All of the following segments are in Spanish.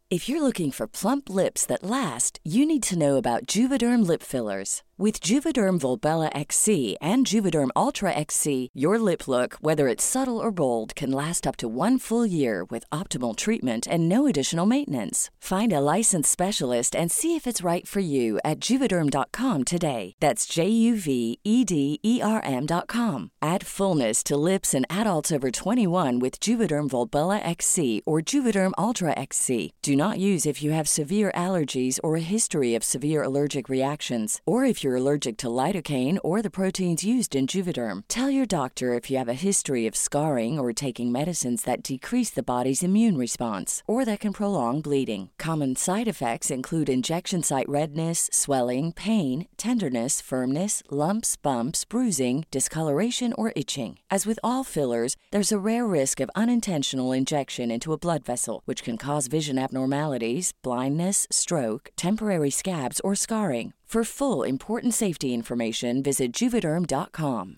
If you're looking for plump lips that last, you need to know about Juvederm lip fillers. With Juvederm Volbella XC and Juvederm Ultra XC, your lip look, whether it's subtle or bold, can last up to 1 full year with optimal treatment and no additional maintenance. Find a licensed specialist and see if it's right for you at Juvederm.com today. That's JUVEDERM.com. Add fullness to lips in adults over 21 with Juvederm Volbella XC or Juvederm Ultra XC. Do not use if you have severe allergies or a history of severe allergic reactions, or if you're allergic to lidocaine or the proteins used in Juvederm. Tell your doctor if you have a history of scarring or taking medicines that decrease the body's immune response or that can prolong bleeding. Common side effects include injection site redness, swelling, pain, tenderness, firmness, lumps, bumps, bruising, discoloration, or itching. As with all fillers, there's a rare risk of unintentional injection into a blood vessel, which can cause vision abnormalities, blindness, stroke, temporary scabs, or scarring. For full, important safety information, visit Juvederm.com.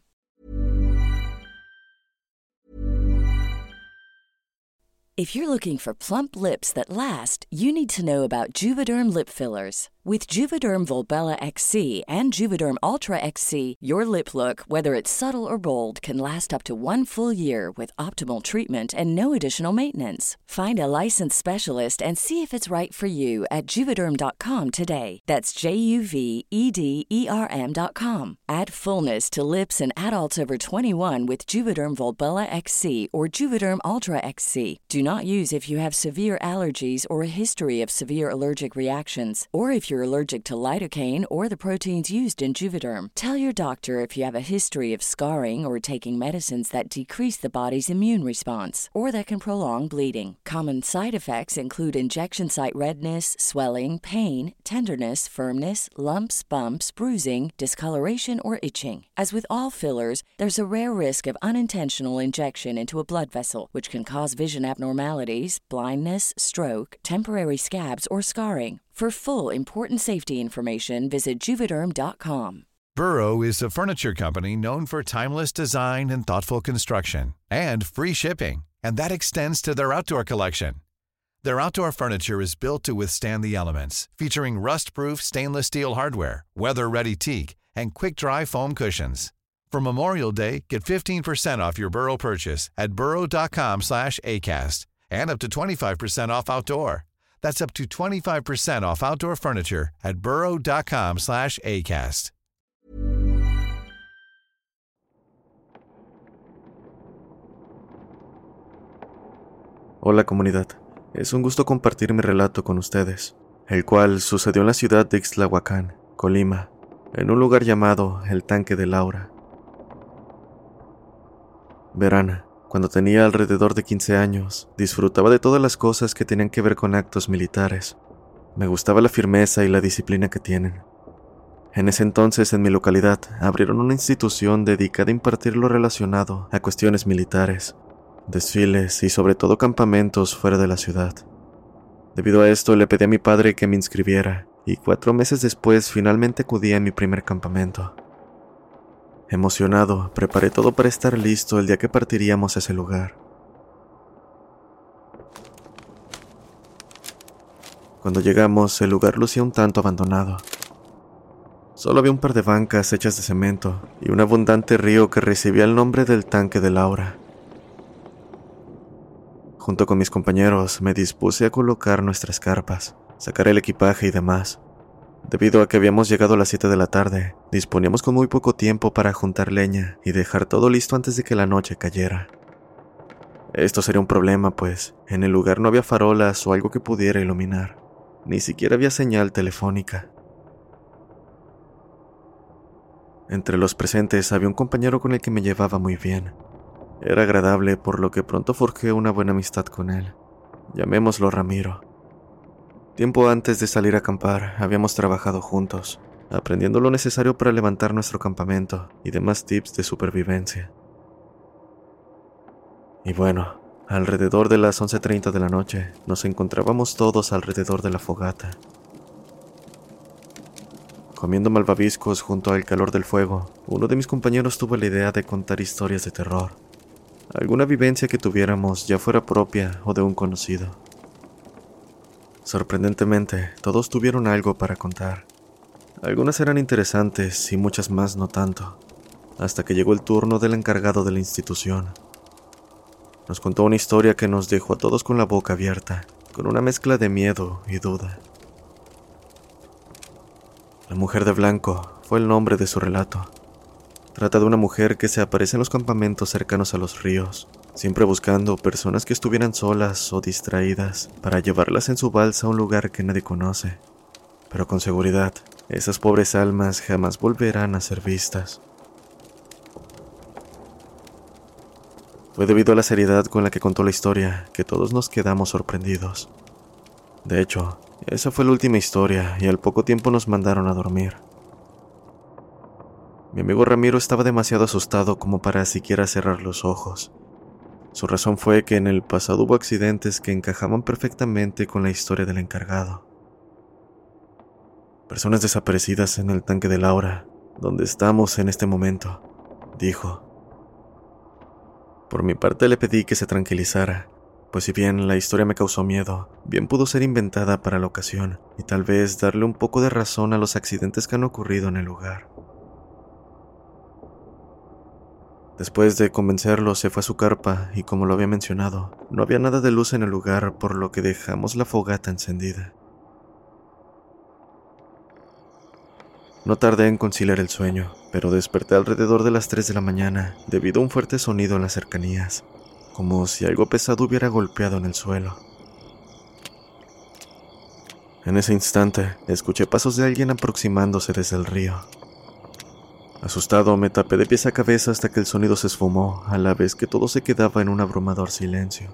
If you're looking for plump lips that last, you need to know about Juvederm lip fillers. With Juvederm Volbella XC and Juvederm Ultra XC, your lip look, whether it's subtle or bold, can last up to 1 full year with optimal treatment and no additional maintenance. Find a licensed specialist and see if it's right for you at Juvederm.com today. That's JUVEDERM.com. Add fullness to lips in adults over 21 with Juvederm Volbella XC or Juvederm Ultra XC. Do not use if you have severe allergies or a history of severe allergic reactions, or if you're allergic to lidocaine or the proteins used in Juvederm. Tell your doctor if you have a history of scarring or taking medicines that decrease the body's immune response or that can prolong bleeding. Common side effects include injection site redness, swelling, pain, tenderness, firmness, lumps, bumps, bruising, discoloration, or itching. As with all fillers, there's a rare risk of unintentional injection into a blood vessel, which can cause vision abnormalities, blindness, stroke, temporary scabs, or scarring. For full, important safety information, visit Juvederm.com. Burrow is a furniture company known for timeless design and thoughtful construction, and free shipping, and that extends to their outdoor collection. Their outdoor furniture is built to withstand the elements, featuring rust-proof stainless steel hardware, weather-ready teak, and quick-dry foam cushions. For Memorial Day, get 15% off your Burrow purchase at burrow.com/ACAST and up to 25% off outdoor. That's up to 25% off outdoor furniture at burrow.com/ACAST. Hola comunidad, es un gusto compartir mi relato con ustedes, el cual sucedió en la ciudad de Ixtlahuacán, Colima, en un lugar llamado El Tanque de Laura. Verán, cuando tenía alrededor de 15 años, disfrutaba de todas las cosas que tenían que ver con actos militares. Me gustaba la firmeza y la disciplina que tienen. En ese entonces, en mi localidad, abrieron una institución dedicada a impartir lo relacionado a cuestiones militares, desfiles y sobre todo campamentos fuera de la ciudad. Debido a esto, le pedí a mi padre que me inscribiera, y 4 meses después finalmente acudí a mi primer campamento. Emocionado, preparé todo para estar listo el día que partiríamos a ese lugar. Cuando llegamos, el lugar lucía un tanto abandonado. Solo había un par de bancas hechas de cemento y un abundante río que recibía el nombre del Tanque de Laura. Junto con mis compañeros, me dispuse a colocar nuestras carpas, sacar el equipaje y demás. Debido a que habíamos llegado a las 7 de la tarde, disponíamos con muy poco tiempo para juntar leña y dejar todo listo antes de que la noche cayera. Esto sería un problema, pues en el lugar no había farolas o algo que pudiera iluminar. Ni siquiera había señal telefónica. Entre los presentes había un compañero con el que me llevaba muy bien. Era agradable, por lo que pronto forjé una buena amistad con él. Llamémoslo Ramiro. Tiempo antes de salir a acampar, habíamos trabajado juntos, aprendiendo lo necesario para levantar nuestro campamento y demás tips de supervivencia. Y bueno, alrededor de las 11:30 de la noche, nos encontrábamos todos alrededor de la fogata. Comiendo malvaviscos junto al calor del fuego, uno de mis compañeros tuvo la idea de contar historias de terror. Alguna vivencia que tuviéramos, ya fuera propia o de un conocido. Sorprendentemente, todos tuvieron algo para contar. Algunas eran interesantes y muchas más no tanto, hasta que llegó el turno del encargado de la institución. Nos contó una historia que nos dejó a todos con la boca abierta, con una mezcla de miedo y duda. La mujer de blanco fue el nombre de su relato. Trata de una mujer que se aparece en los campamentos cercanos a los ríos, siempre buscando personas que estuvieran solas o distraídas para llevarlas en su balsa a un lugar que nadie conoce. Pero con seguridad, esas pobres almas jamás volverán a ser vistas. Fue debido a la seriedad con la que contó la historia que todos nos quedamos sorprendidos. De hecho, esa fue la última historia y al poco tiempo nos mandaron a dormir. Mi amigo Ramiro estaba demasiado asustado como para siquiera cerrar los ojos. Su razón fue que en el pasado hubo accidentes que encajaban perfectamente con la historia del encargado. Personas desaparecidas en el tanque de Laura, donde estamos en este momento, dijo. Por mi parte le pedí que se tranquilizara, pues si bien la historia me causó miedo, bien pudo ser inventada para la ocasión y tal vez darle un poco de razón a los accidentes que han ocurrido en el lugar. Después de convencerlo, se fue a su carpa y, como lo había mencionado, no había nada de luz en el lugar, por lo que dejamos la fogata encendida. No tardé en conciliar el sueño, pero desperté alrededor de las 3 de la mañana debido a un fuerte sonido en las cercanías, como si algo pesado hubiera golpeado en el suelo. En ese instante, escuché pasos de alguien aproximándose desde el río. Asustado, me tapé de pies a cabeza hasta que el sonido se esfumó, a la vez que todo se quedaba en un abrumador silencio.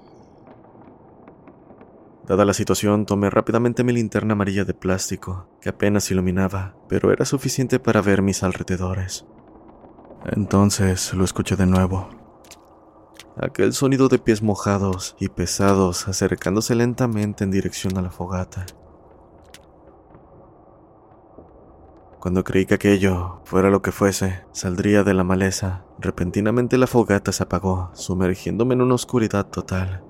Dada la situación, tomé rápidamente mi linterna amarilla de plástico, que apenas iluminaba, pero era suficiente para ver mis alrededores. Entonces lo escuché de nuevo. Aquel sonido de pies mojados y pesados acercándose lentamente en dirección a la fogata. Cuando creí que aquello, fuera lo que fuese, saldría de la maleza, repentinamente la fogata se apagó, sumergiéndome en una oscuridad total.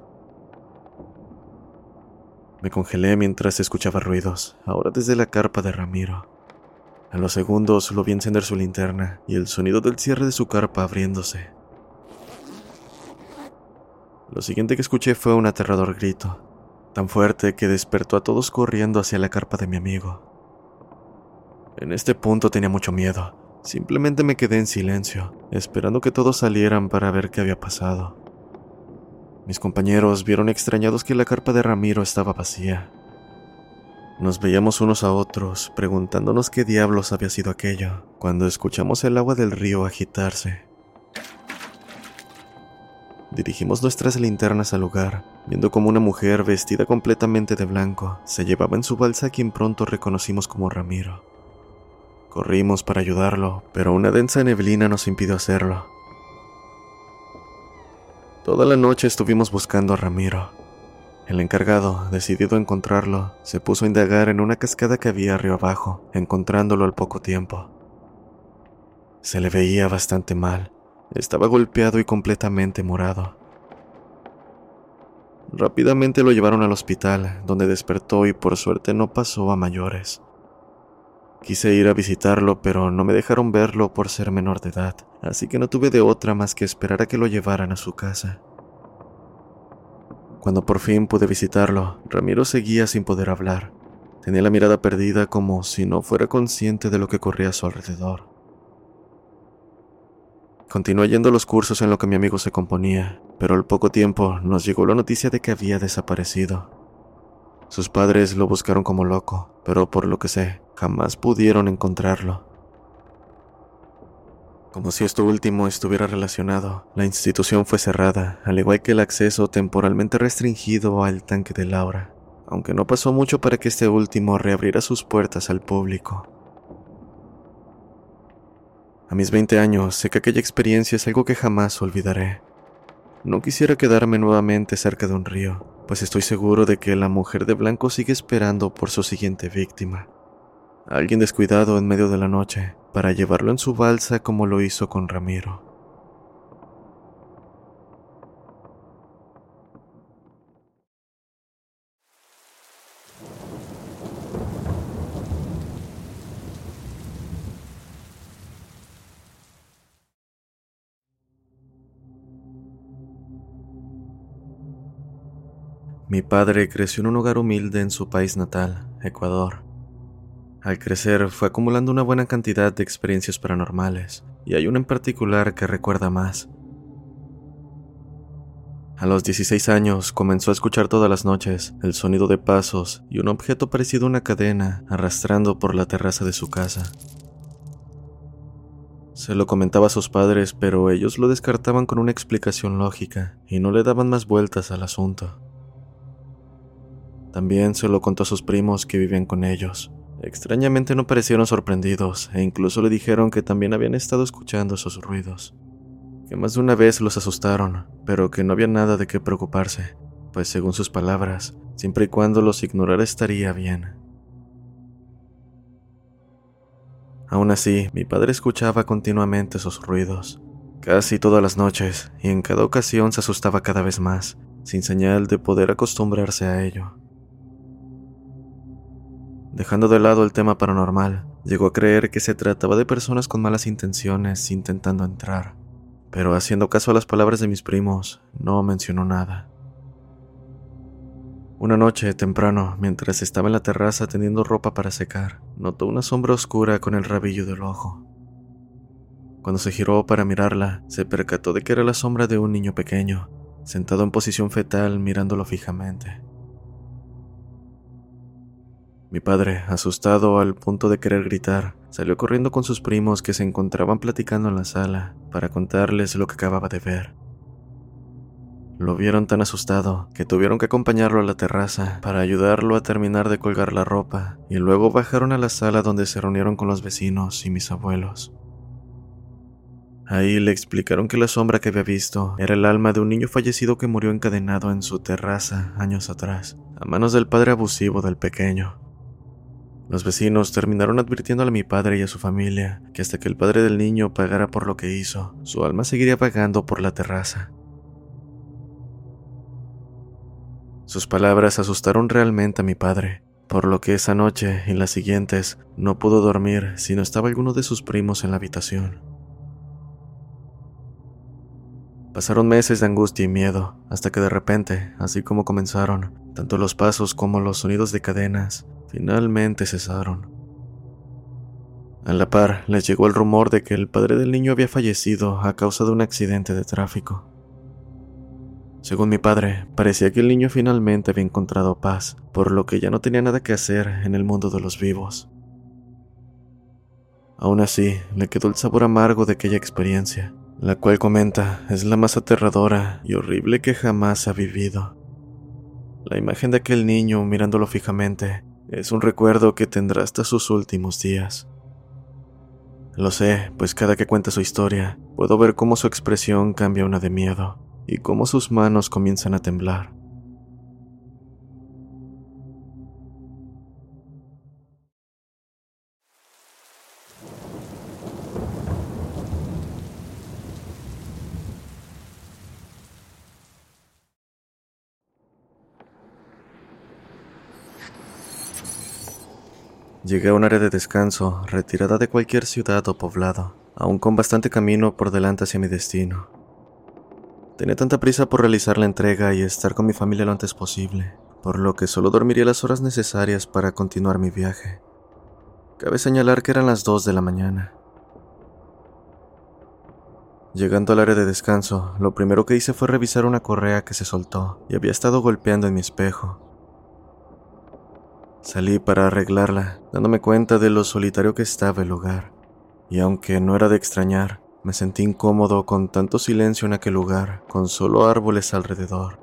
Me congelé mientras escuchaba ruidos, ahora desde la carpa de Ramiro. A los segundos lo vi encender su linterna y el sonido del cierre de su carpa abriéndose. Lo siguiente que escuché fue un aterrador grito, tan fuerte que despertó a todos corriendo hacia la carpa de mi amigo. En este punto tenía mucho miedo. Simplemente me quedé en silencio, esperando que todos salieran para ver qué había pasado. Mis compañeros vieron extrañados que la carpa de Ramiro estaba vacía. Nos veíamos unos a otros, preguntándonos qué diablos había sido aquello, cuando escuchamos el agua del río agitarse. Dirigimos nuestras linternas al lugar, viendo como una mujer vestida completamente de blanco se llevaba en su balsa a quien pronto reconocimos como Ramiro. Corrimos para ayudarlo, pero una densa neblina nos impidió hacerlo. Toda la noche estuvimos buscando a Ramiro. El encargado, decidido a encontrarlo, se puso a indagar en una cascada que había río abajo, encontrándolo al poco tiempo. Se le veía bastante mal. Estaba golpeado y completamente morado. Rápidamente lo llevaron al hospital, donde despertó y por suerte no pasó a mayores. Quise ir a visitarlo, pero no me dejaron verlo por ser menor de edad, así que no tuve de otra más que esperar a que lo llevaran a su casa. Cuando por fin pude visitarlo, Ramiro seguía sin poder hablar. Tenía la mirada perdida como si no fuera consciente de lo que corría a su alrededor. Continué yendo a los cursos en lo que mi amigo se componía, pero al poco tiempo nos llegó la noticia de que había desaparecido. Sus padres lo buscaron como loco, pero por lo que sé, jamás pudieron encontrarlo. Como si esto último estuviera relacionado, la institución fue cerrada, al igual que el acceso temporalmente restringido al tanque de Laura, aunque no pasó mucho para que este último reabriera sus puertas al público. A mis 20 años, sé que aquella experiencia es algo que jamás olvidaré. No quisiera quedarme nuevamente cerca de un río, pues estoy seguro de que la mujer de blanco sigue esperando por su siguiente víctima. Alguien descuidado en medio de la noche, para llevarlo en su balsa como lo hizo con Ramiro. Mi padre creció en un hogar humilde en su país natal, Ecuador. Al crecer fue acumulando una buena cantidad de experiencias paranormales, y hay una en particular que recuerda más. A los 16 años comenzó a escuchar todas las noches el sonido de pasos y un objeto parecido a una cadena arrastrando por la terraza de su casa. Se lo comentaba a sus padres, pero ellos lo descartaban con una explicación lógica y no le daban más vueltas al asunto. También se lo contó a sus primos que vivían con ellos. Extrañamente no parecieron sorprendidos e incluso le dijeron que también habían estado escuchando esos ruidos. Que más de una vez los asustaron, pero que no había nada de qué preocuparse, pues según sus palabras, siempre y cuando los ignorara estaría bien. Aún así, mi padre escuchaba continuamente esos ruidos, casi todas las noches, y en cada ocasión se asustaba cada vez más, sin señal de poder acostumbrarse a ello. Dejando de lado el tema paranormal, llegó a creer que se trataba de personas con malas intenciones intentando entrar, pero haciendo caso a las palabras de mis primos, no mencionó nada. Una noche, temprano, mientras estaba en la terraza tendiendo ropa para secar, notó una sombra oscura con el rabillo del ojo. Cuando se giró para mirarla, se percató de que era la sombra de un niño pequeño, sentado en posición fetal mirándolo fijamente. Mi padre, asustado al punto de querer gritar, salió corriendo con sus primos que se encontraban platicando en la sala para contarles lo que acababa de ver. Lo vieron tan asustado que tuvieron que acompañarlo a la terraza para ayudarlo a terminar de colgar la ropa y luego bajaron a la sala donde se reunieron con los vecinos y mis abuelos. Ahí le explicaron que la sombra que había visto era el alma de un niño fallecido que murió encadenado en su terraza años atrás, a manos del padre abusivo del pequeño. Los vecinos terminaron advirtiéndole a mi padre y a su familia que hasta que el padre del niño pagara por lo que hizo, su alma seguiría vagando por la terraza. Sus palabras asustaron realmente a mi padre, por lo que esa noche y las siguientes no pudo dormir si no estaba alguno de sus primos en la habitación. Pasaron meses de angustia y miedo, hasta que de repente, así como comenzaron, tanto los pasos como los sonidos de cadenas finalmente cesaron. A la par, les llegó el rumor de que el padre del niño había fallecido a causa de un accidente de tráfico. Según mi padre, parecía que el niño finalmente había encontrado paz, por lo que ya no tenía nada que hacer en el mundo de los vivos. Aún así, le quedó el sabor amargo de aquella experiencia, la cual comenta es la más aterradora y horrible que jamás ha vivido. La imagen de aquel niño mirándolo fijamente es un recuerdo que tendrá hasta sus últimos días. Lo sé, pues cada que cuenta su historia, puedo ver cómo su expresión cambia a una de miedo y cómo sus manos comienzan a temblar. Llegué a un área de descanso, retirada de cualquier ciudad o poblado, aún con bastante camino por delante hacia mi destino. Tenía tanta prisa por realizar la entrega y estar con mi familia lo antes posible, por lo que solo dormiría las horas necesarias para continuar mi viaje. Cabe señalar que eran las 2 de la mañana. Llegando al área de descanso, lo primero que hice fue revisar una correa que se soltó y había estado golpeando en mi espejo. Salí para arreglarla, dándome cuenta de lo solitario que estaba el lugar, y aunque no era de extrañar, me sentí incómodo con tanto silencio en aquel lugar, con solo árboles alrededor.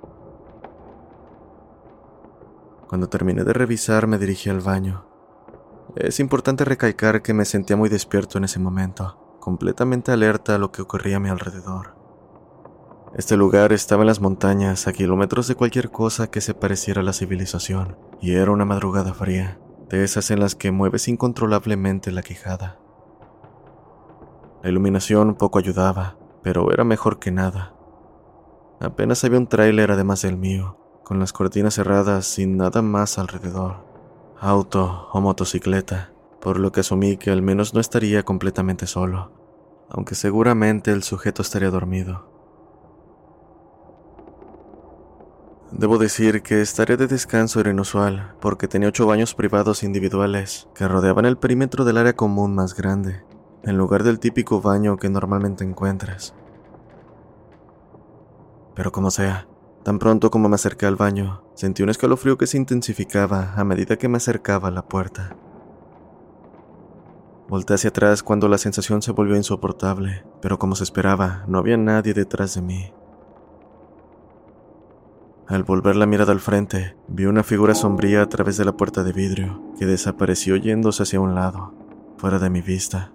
Cuando terminé de revisar, me dirigí al baño. Es importante recalcar que me sentía muy despierto en ese momento, completamente alerta a lo que ocurría a mi alrededor. Este lugar estaba en las montañas, a kilómetros de cualquier cosa que se pareciera a la civilización, y era una madrugada fría, de esas en las que mueves incontrolablemente la quijada. La iluminación poco ayudaba, pero era mejor que nada. Apenas había un tráiler además del mío, con las cortinas cerradas sin nada más alrededor, auto o motocicleta, por lo que asumí que al menos no estaría completamente solo, aunque seguramente el sujeto estaría dormido. Debo decir que esta área de descanso era inusual, porque tenía 8 baños privados individuales que rodeaban el perímetro del área común más grande, en lugar del típico baño que normalmente encuentras. Pero como sea, tan pronto como me acerqué al baño, sentí un escalofrío que se intensificaba a medida que me acercaba a la puerta. Volté hacia atrás cuando la sensación se volvió insoportable, pero como se esperaba, no había nadie detrás de mí. Al volver la mirada al frente, vi una figura sombría a través de la puerta de vidrio, que desapareció yéndose hacia un lado, fuera de mi vista.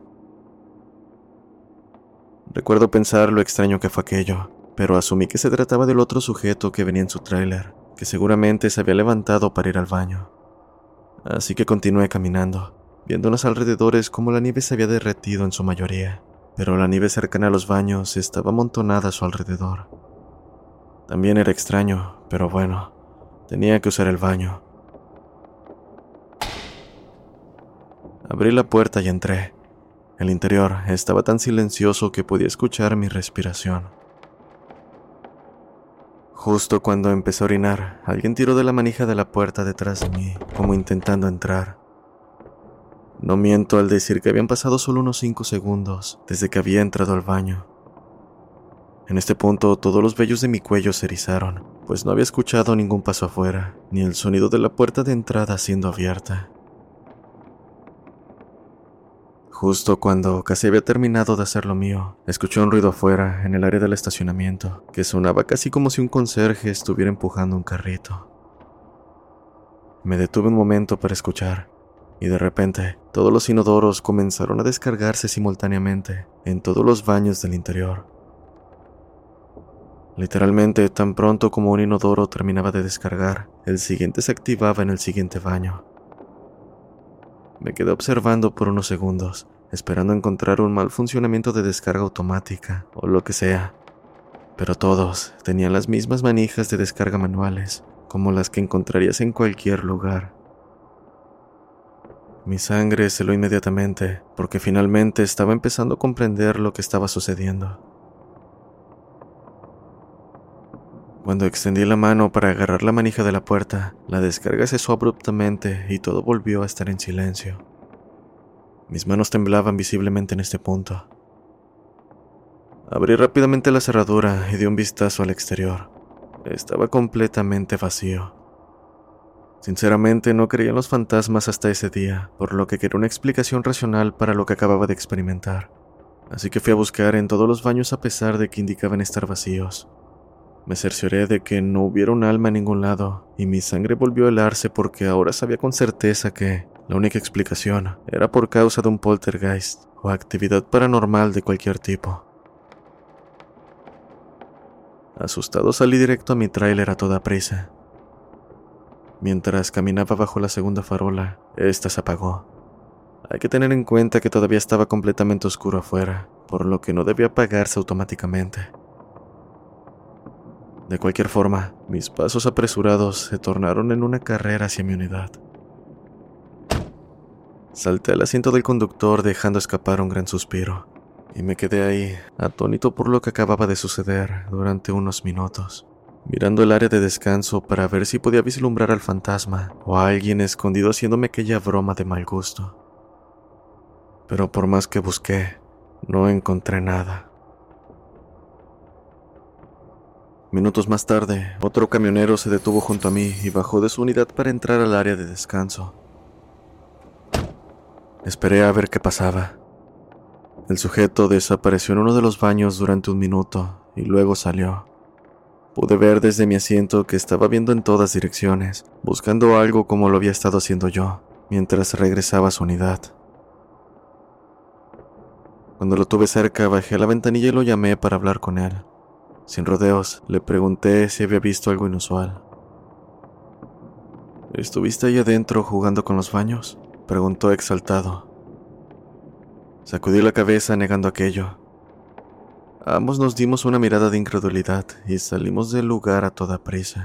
Recuerdo pensar lo extraño que fue aquello, pero asumí que se trataba del otro sujeto que venía en su tráiler, que seguramente se había levantado para ir al baño. Así que continué caminando, viendo en los alrededores cómo la nieve se había derretido en su mayoría, pero la nieve cercana a los baños estaba amontonada a su alrededor. También era extraño, pero bueno, tenía que usar el baño. Abrí la puerta y entré. El interior estaba tan silencioso que podía escuchar mi respiración. Justo cuando empecé a orinar, alguien tiró de la manija de la puerta detrás de mí, como intentando entrar. No miento al decir que habían pasado solo unos 5 segundos desde que había entrado al baño. En este punto, todos los vellos de mi cuello se erizaron, pues no había escuchado ningún paso afuera, ni el sonido de la puerta de entrada siendo abierta. Justo cuando casi había terminado de hacer lo mío, escuché un ruido afuera, en el área del estacionamiento, que sonaba casi como si un conserje estuviera empujando un carrito. Me detuve un momento para escuchar, y de repente, todos los inodoros comenzaron a descargarse simultáneamente en todos los baños del interior. Literalmente, tan pronto como un inodoro terminaba de descargar, el siguiente se activaba en el siguiente baño. Me quedé observando por unos segundos, esperando encontrar un mal funcionamiento de descarga automática o lo que sea, pero todos tenían las mismas manijas de descarga manuales, como las que encontrarías en cualquier lugar. Mi sangre se heló inmediatamente, porque finalmente estaba empezando a comprender lo que estaba sucediendo. Cuando extendí la mano para agarrar la manija de la puerta, la descarga cesó abruptamente y todo volvió a estar en silencio. Mis manos temblaban visiblemente en este punto. Abrí rápidamente la cerradura y di un vistazo al exterior. Estaba completamente vacío. Sinceramente no creía en los fantasmas hasta ese día, por lo que quería una explicación racional para lo que acababa de experimentar. Así que fui a buscar en todos los baños a pesar de que indicaban estar vacíos. Me cercioré de que no hubiera un alma en ningún lado, y mi sangre volvió a helarse porque ahora sabía con certeza que la única explicación era por causa de un poltergeist o actividad paranormal de cualquier tipo. Asustado salí directo a mi tráiler a toda prisa. Mientras caminaba bajo la segunda farola, esta se apagó. Hay que tener en cuenta que todavía estaba completamente oscuro afuera, por lo que no debía apagarse automáticamente. De cualquier forma, mis pasos apresurados se tornaron en una carrera hacia mi unidad. Salté al asiento del conductor dejando escapar un gran suspiro, y me quedé ahí, atónito por lo que acababa de suceder durante unos minutos, mirando el área de descanso para ver si podía vislumbrar al fantasma o a alguien escondido haciéndome aquella broma de mal gusto. Pero por más que busqué, no encontré nada. Minutos más tarde, otro camionero se detuvo junto a mí y bajó de su unidad para entrar al área de descanso. Esperé a ver qué pasaba. El sujeto desapareció en uno de los baños durante un minuto y luego salió. Pude ver desde mi asiento que estaba viendo en todas direcciones, buscando algo como lo había estado haciendo yo, mientras regresaba a su unidad. Cuando lo tuve cerca, bajé a la ventanilla y lo llamé para hablar con él. Sin rodeos, le pregunté si había visto algo inusual. ¿Estuviste ahí adentro jugando con los baños?, preguntó exaltado. Sacudí la cabeza negando aquello. Ambos nos dimos una mirada de incredulidad y salimos del lugar a toda prisa.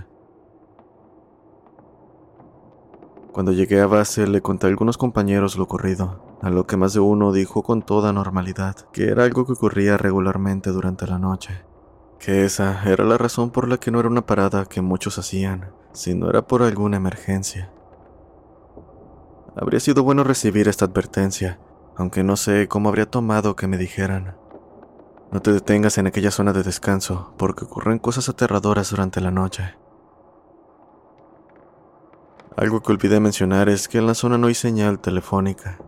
Cuando llegué a base le conté a algunos compañeros lo ocurrido, a lo que más de uno dijo con toda normalidad que era algo que ocurría regularmente durante la noche. que esa era la razón por la que no era una parada que muchos hacían, si no era por alguna emergencia. Habría sido bueno recibir esta advertencia, aunque no sé cómo habría tomado que me dijeran: no te detengas en aquella zona de descanso, porque ocurren cosas aterradoras durante la noche. Algo que olvidé mencionar es que en la zona no hay señal telefónica.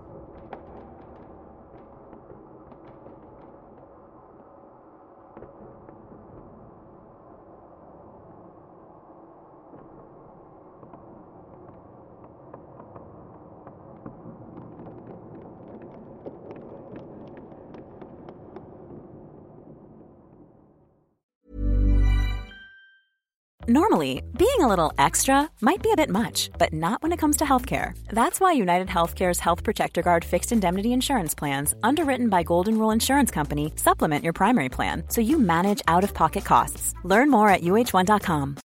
Normally, being a little extra might be a bit much, but not when it comes to healthcare. That's why United Healthcare's Health Protector Guard fixed indemnity insurance plans, underwritten by Golden Rule Insurance Company, supplement your primary plan so you manage out-of-pocket costs. Learn more at uh1.com.